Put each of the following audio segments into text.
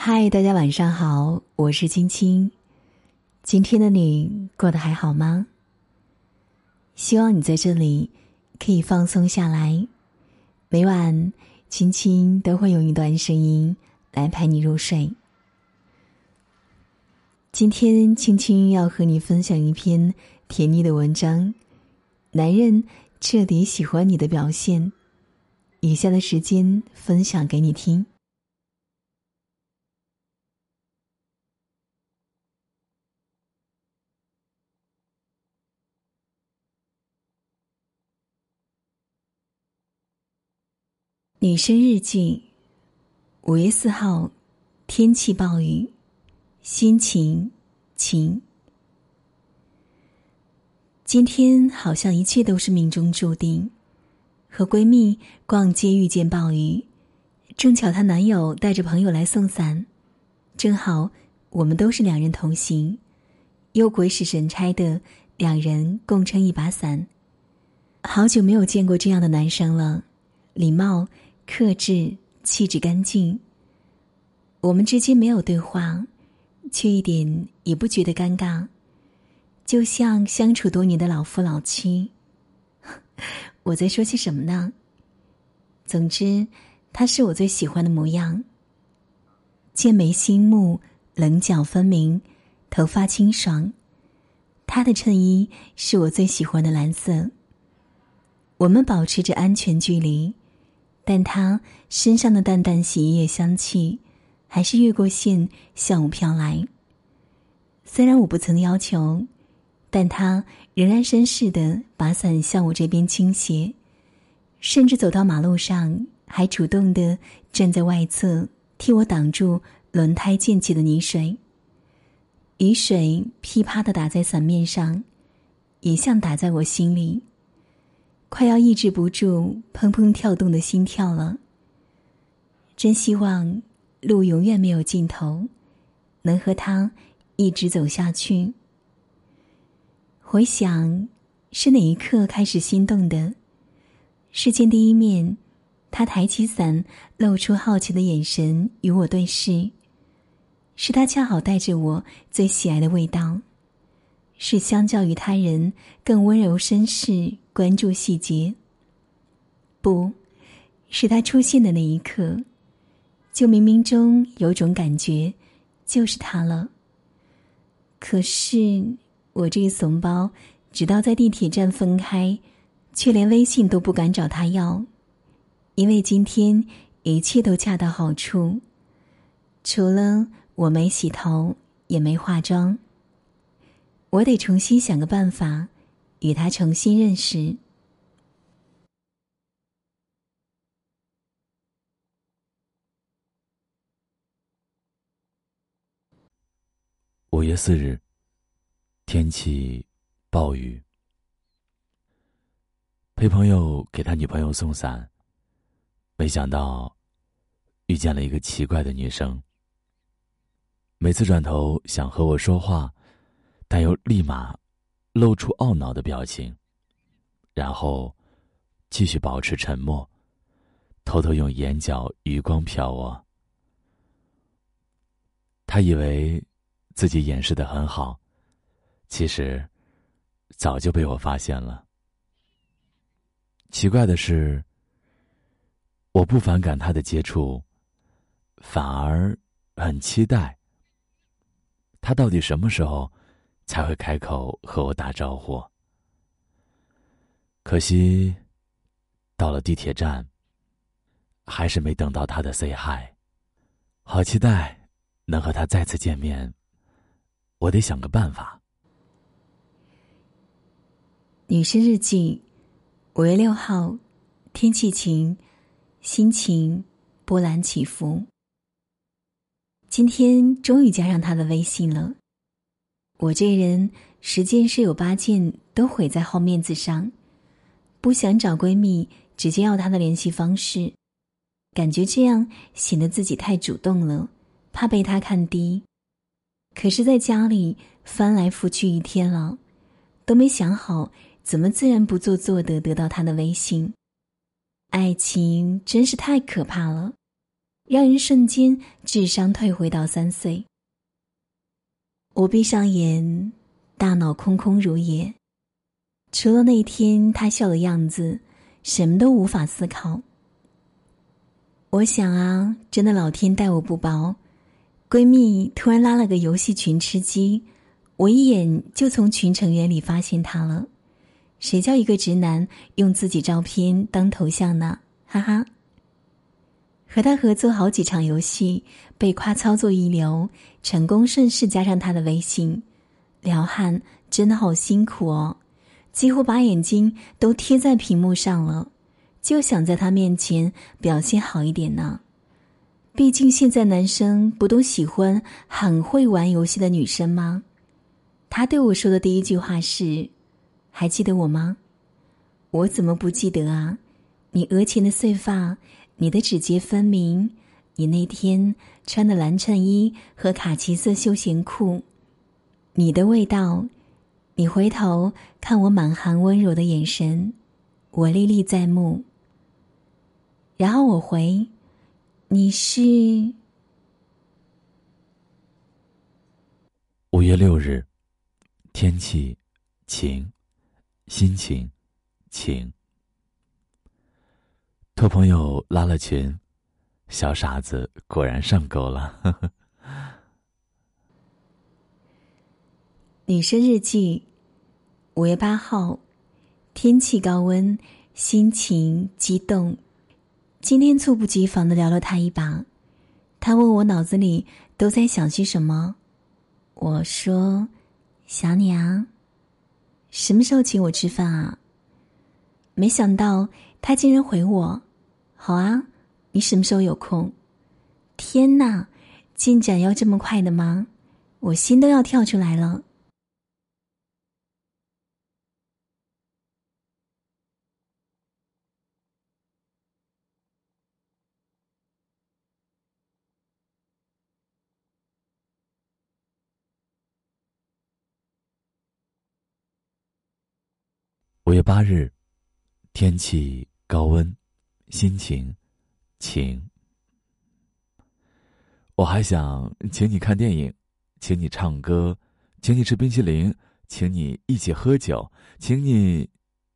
嗨，大家晚上好，我是青青。今天的你过得还好吗？希望你在这里可以放松下来，每晚青青都会用一段声音来陪你入睡。今天青青要和你分享一篇甜腻的文章，男人彻底喜欢你的表现。以下的时间分享给你听。女生日记，5月4号，天气暴雨，心情晴。今天好像一切都是命中注定。和闺蜜逛街遇见暴雨，正巧她男友带着朋友来送伞，正好我们都是2人同行，又鬼使神差的2人共撑一把伞。好久没有见过这样的男生了，礼貌克制，气质干净。我们之间没有对话，却一点也不觉得尴尬，就像相处多年的老夫老妻。我在说些什么呢？总之，他是我最喜欢的模样。剑眉星目，棱角分明，头发清爽。他的衬衣是我最喜欢的蓝色。我们保持着安全距离，但他身上的淡淡洗衣液香气还是越过线向我飘来。虽然我不曾要求，但他仍然绅士地把伞向我这边倾斜，甚至走到马路上还主动地站在外侧替我挡住轮胎溅起的泥水。雨水噼啪地打在伞面上，也像打在我心里，快要抑制不住砰砰跳动的心跳了。真希望路永远没有尽头，能和他一直走下去。回想是哪一刻开始心动的？是见第一面，他抬起伞，露出好奇的眼神与我对视。是他恰好带着我最喜爱的味道。是相较于他人更温柔绅士，关注细节。不，是他出现的那一刻，就冥冥中有种感觉，就是他了。可是我这个怂包，直到在地铁站分开，却连微信都不敢找他要，因为今天一切都恰到好处，除了我没洗头，也没化妆。我得重新想个办法，与他重新认识。 5月4日，天气暴雨。陪朋友给他女朋友送伞，没想到遇见了一个奇怪的女生。每次转头想和我说话，但又立马露出懊恼的表情，然后继续保持沉默，偷偷用眼角余光瞟我。他以为自己掩饰得很好，其实早就被我发现了。奇怪的是，我不反感他的接触，反而很期待他到底什么时候才会开口和我打招呼。可惜到了地铁站，还是没等到他的 say hi。 好期待能和他再次见面，我得想个办法。 女生日记，5月6号，天气晴，心情波澜起伏。今天终于加上他的微信了。我这人10件事有8件都毁在好面子上，不想找闺蜜直接要她的联系方式，感觉这样显得自己太主动了，怕被她看低。可是在家里翻来覆去1天了，都没想好怎么自然不做作地得到她的微信。爱情真是太可怕了， 让人瞬间智商退回到3岁。我闭上眼，大脑空空如也，除了那天他笑的样子，什么都无法思考。我想啊，真的老天待我不薄，闺蜜突然拉了个游戏群吃鸡，我一眼就从群成员里发现她了。谁叫一个直男用自己照片当头像呢？哈哈。和他合作好几场游戏，被夸操作一流，成功顺势加上他的微信，撩汉真的好辛苦哦，几乎把眼睛都贴在屏幕上了，就想在他面前表现好一点呢。毕竟现在男生不都喜欢很会玩游戏的女生吗？他对我说的第一句话是：还记得我吗？我怎么不记得啊？你额前的碎发，你的指节分明，你那天穿的蓝衬衣和卡其色休闲裤，你的味道，你回头看我满含温柔的眼神，我历历在目。然后我回，你是 5月6日，天气晴，心情晴。托朋友拉了群，小傻子果然上钩了。 女生日记，5月8号，天气高温，心情激动。今天猝不及防地聊了他一把，他问我脑子里都在想些什么，我说想你啊。什么时候请我吃饭啊？没想到他竟然回我，好啊，你什么时候有空？天哪，进展要这么快的吗？我心都要跳出来了。 5月8日，天气高温，心情晴。我还想请你看电影，请你唱歌，请你吃冰淇淋，请你一起喝酒，请你……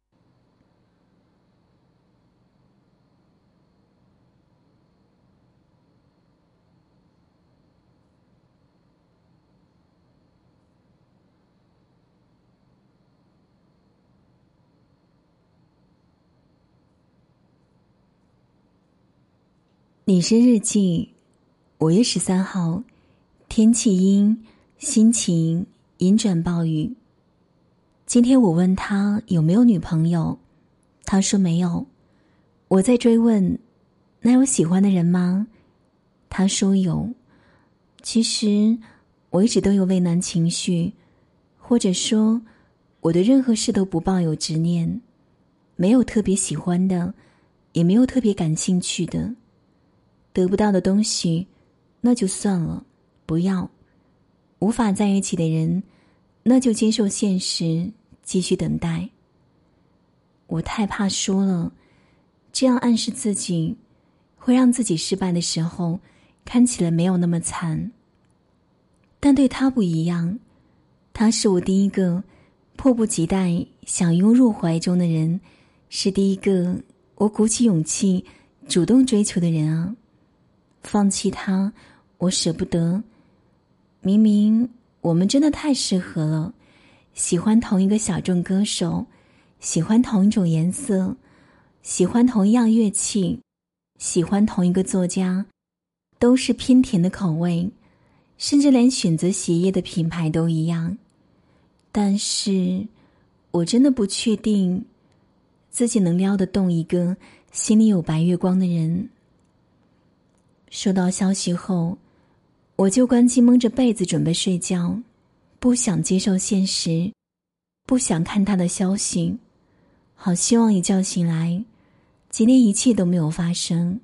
你是日记，5月13号，天气阴，心情阴转暴雨。今天我问他有没有女朋友，他说没有。我在追问，那有喜欢的人吗？他说有。其实我一直都有畏难情绪，或者说我对任何事都不抱有执念，没有特别喜欢的，也没有特别感兴趣的。得不到的东西，那就算了，不要。无法在一起的人，那就接受现实，继续等待。我太怕说了，这样暗示自己，会让自己失败的时候看起来没有那么惨。但对他不一样，他是我第一个迫不及待想拥入怀中的人，是第一个我鼓起勇气主动追求的人啊。放弃他，我舍不得。明明我们真的太适合了，喜欢同一个小众歌手，喜欢同一种颜色，喜欢同一样乐器，喜欢同一个作家，都是偏甜的口味，甚至连选择鞋业的品牌都一样。但是我真的不确定自己能撩得动一个心里有白月光的人。收到消息后，我就关机蒙着被子准备睡觉，不想接受现实，不想看他的消息，好希望一觉醒来，今天一切都没有发生。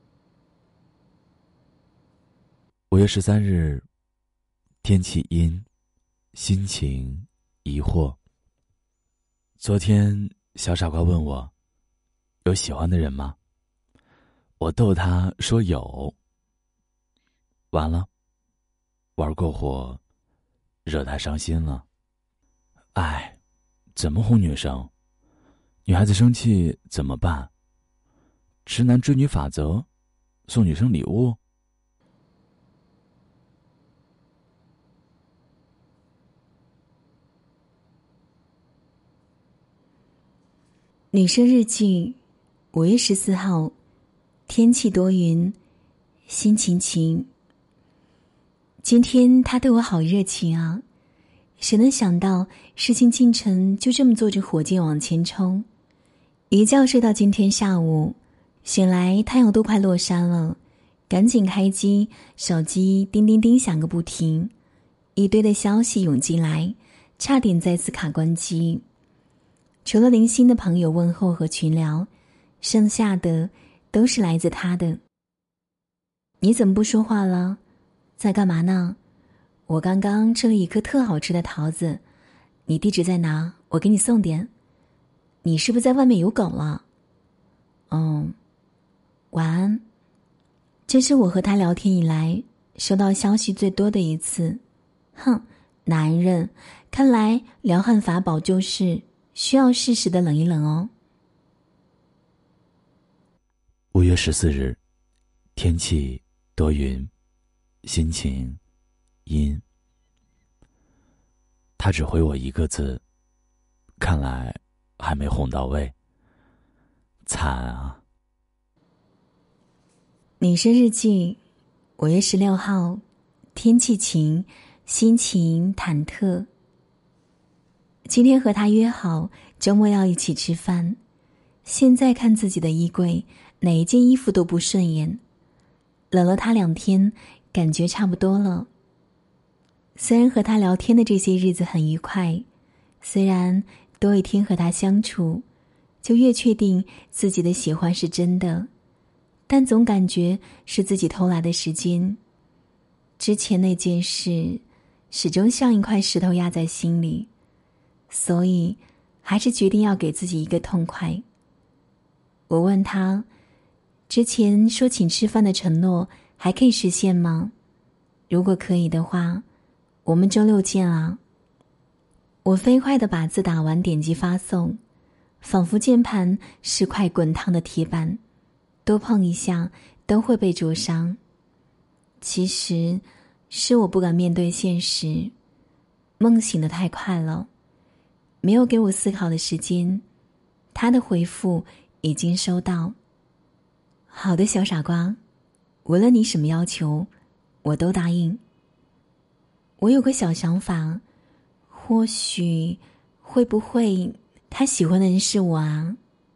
5月13日，天气阴， 心情疑惑。昨天小傻瓜问我，有喜欢的人吗？我逗他说有。完了，玩过火，惹他伤心了。哎，怎么哄女生？女孩子生气怎么办？直男追女法则，送女生礼物？ 女生日记，5月14号，天气多云，心情晴。今天他对我好热情啊，谁能想到事情进程就这么坐着火箭往前冲。一觉睡到今天下午，醒来太阳都快落山了，赶紧开机，手机叮叮叮响个不停，一堆的消息涌进来，差点再次卡关机。除了零星的朋友问候和群聊，剩下的都是来自他的。你怎么不说话了？在干嘛呢？我刚刚吃了一颗特好吃的桃子，你地址在哪？我给你送点。你是不是在外面有狗了？晚安。这是我和他聊天以来收到消息最多的一次。哼，男人，看来撩汉法宝就是需要适时的冷一冷哦。 5月14日，天气多云，心情阴。他只回我一个字，看来还没哄到位。惨啊。 女生日记，5月16号，天气晴，心情忐忑。今天和他约好周末要一起吃饭，现在看自己的衣柜，哪一件衣服都不顺眼。冷了他2天，感觉差不多了。虽然和他聊天的这些日子很愉快，虽然多一天和他相处，就越确定自己的喜欢是真的，但总感觉是自己偷来的时间。之前那件事始终像一块石头压在心里，所以还是决定要给自己一个痛快。我问他，之前说请吃饭的承诺还可以实现吗？如果可以的话，我们周6见啊。我飞快地把字打完，点击发送，仿佛键盘是块滚烫的铁板，多碰一下都会被灼伤。其实是我不敢面对现实，梦醒得太快了，没有给我思考的时间。他的回复已经收到。好的，小傻瓜，无论你什么要求，我都答应。我有个小想法，或许会不会他喜欢的人是我啊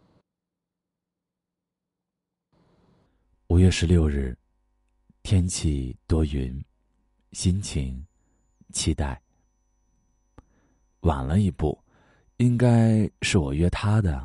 ？5月16日，天气多云，心情期待。晚了一步，应该是我约他的。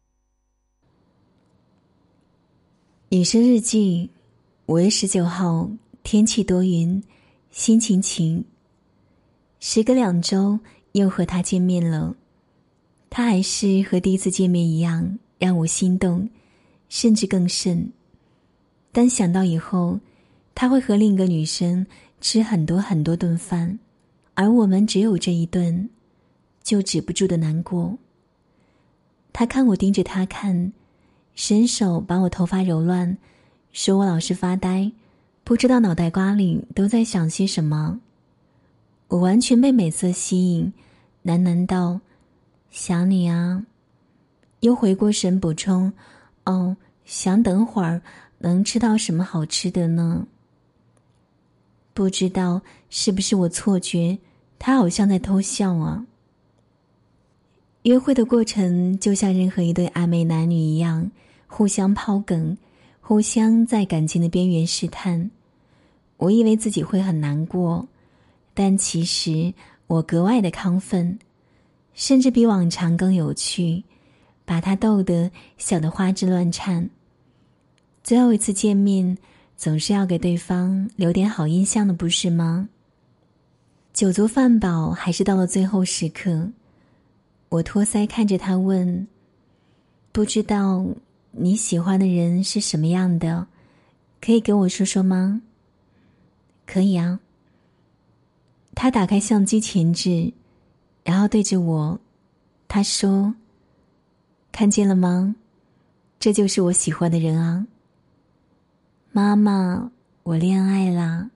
女生日记，5月19号，天气多云，心情晴。时隔2周，又和他见面了。他还是和第一次见面一样，让我心动，甚至更甚。但想到以后，他会和另一个女生吃很多很多顿饭，而我们只有这一顿，就止不住的难过。他看我盯着他看，伸手把我头发揉乱，说我老是发呆，不知道脑袋瓜里都在想些什么。我完全被美色吸引，喃喃道：想你啊。又回过神补充：想等会儿能吃到什么好吃的呢？不知道是不是我错觉，他好像在偷笑啊。约会的过程就像任何一对暧昧男女一样，互相抛梗，互相在感情的边缘试探。我以为自己会很难过，但其实我格外的亢奋，甚至比往常更有趣，把他逗得笑得花枝乱颤。最后一次见面，总是要给对方留点好印象的，不是吗？ 酒足饭饱，还是到了最后时刻，我托腮看着他问，不知道你喜欢的人是什么样的，可以跟我说说吗？可以啊。他打开相机前置，然后对着我，他说，看见了吗？这就是我喜欢的人啊。妈妈，我恋爱啦。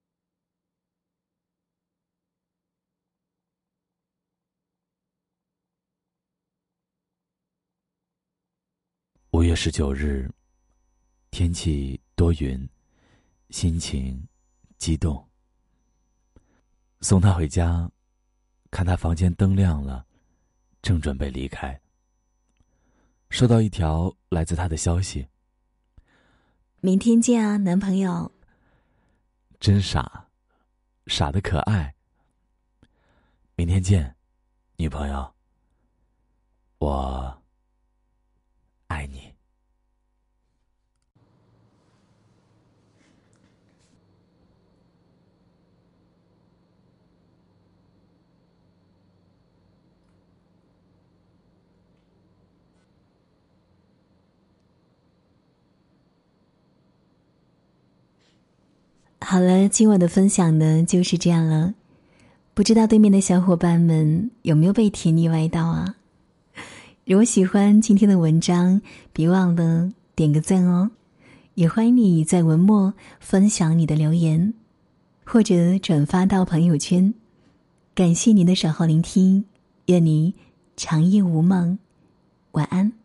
5月19日，天气多云，心情激动。送他回家，看他房间灯亮了，正准备离开，收到一条来自他的消息： 明天见啊，男朋友。 真傻，傻得可爱。明天见，女朋友。我爱你。 好了，今晚的分享呢就是这样了。不知道对面的小伙伴们有没有被甜腻歪到啊？如果喜欢今天的文章，别忘了点个赞哦。也欢迎你在文末分享你的留言，或者转发到朋友圈。感谢您的守候聆听，愿你长夜无梦，晚安。